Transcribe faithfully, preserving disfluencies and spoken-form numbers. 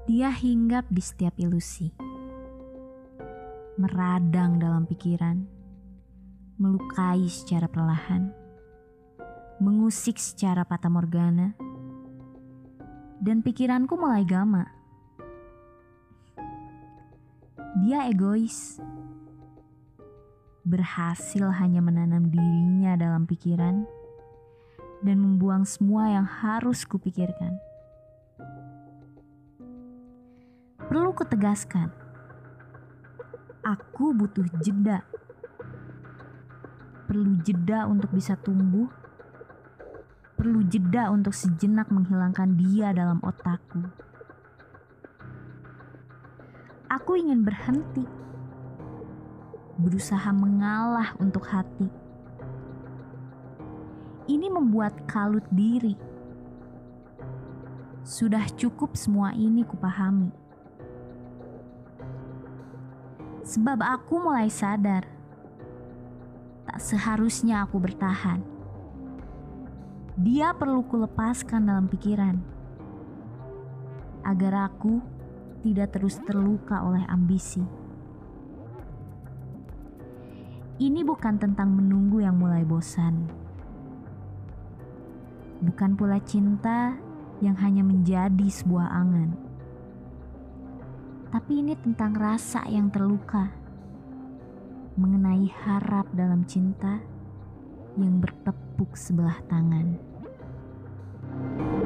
Dia hinggap di setiap ilusi, meradang dalam pikiran, melukai secara perlahan, mengusik secara fatamorgana, dan pikiranku mulai gama. Dia egois, berhasil hanya menanam dirinya dalam pikiran dan membuang semua yang harus kupikirkan. Perlu kutegaskan, aku butuh jeda. Perlu jeda untuk bisa tumbuh. Perlu jeda untuk sejenak menghilangkan dia dalam otakku. Aku ingin berhenti, berusaha mengalah untuk hati. Ini membuat kalut diri. Sudah cukup semua ini kupahami. Sebab aku mulai sadar, tak seharusnya aku bertahan. Dia perlu kulepaskan dalam pikiran, agar aku tidak terus terluka oleh ambisi. Ini bukan tentang menunggu yang mulai bosan. Bukan pula cinta yang hanya menjadi sebuah angan. Tapi ini tentang rasa yang terluka, mengenai harap dalam cinta yang bertepuk sebelah tangan.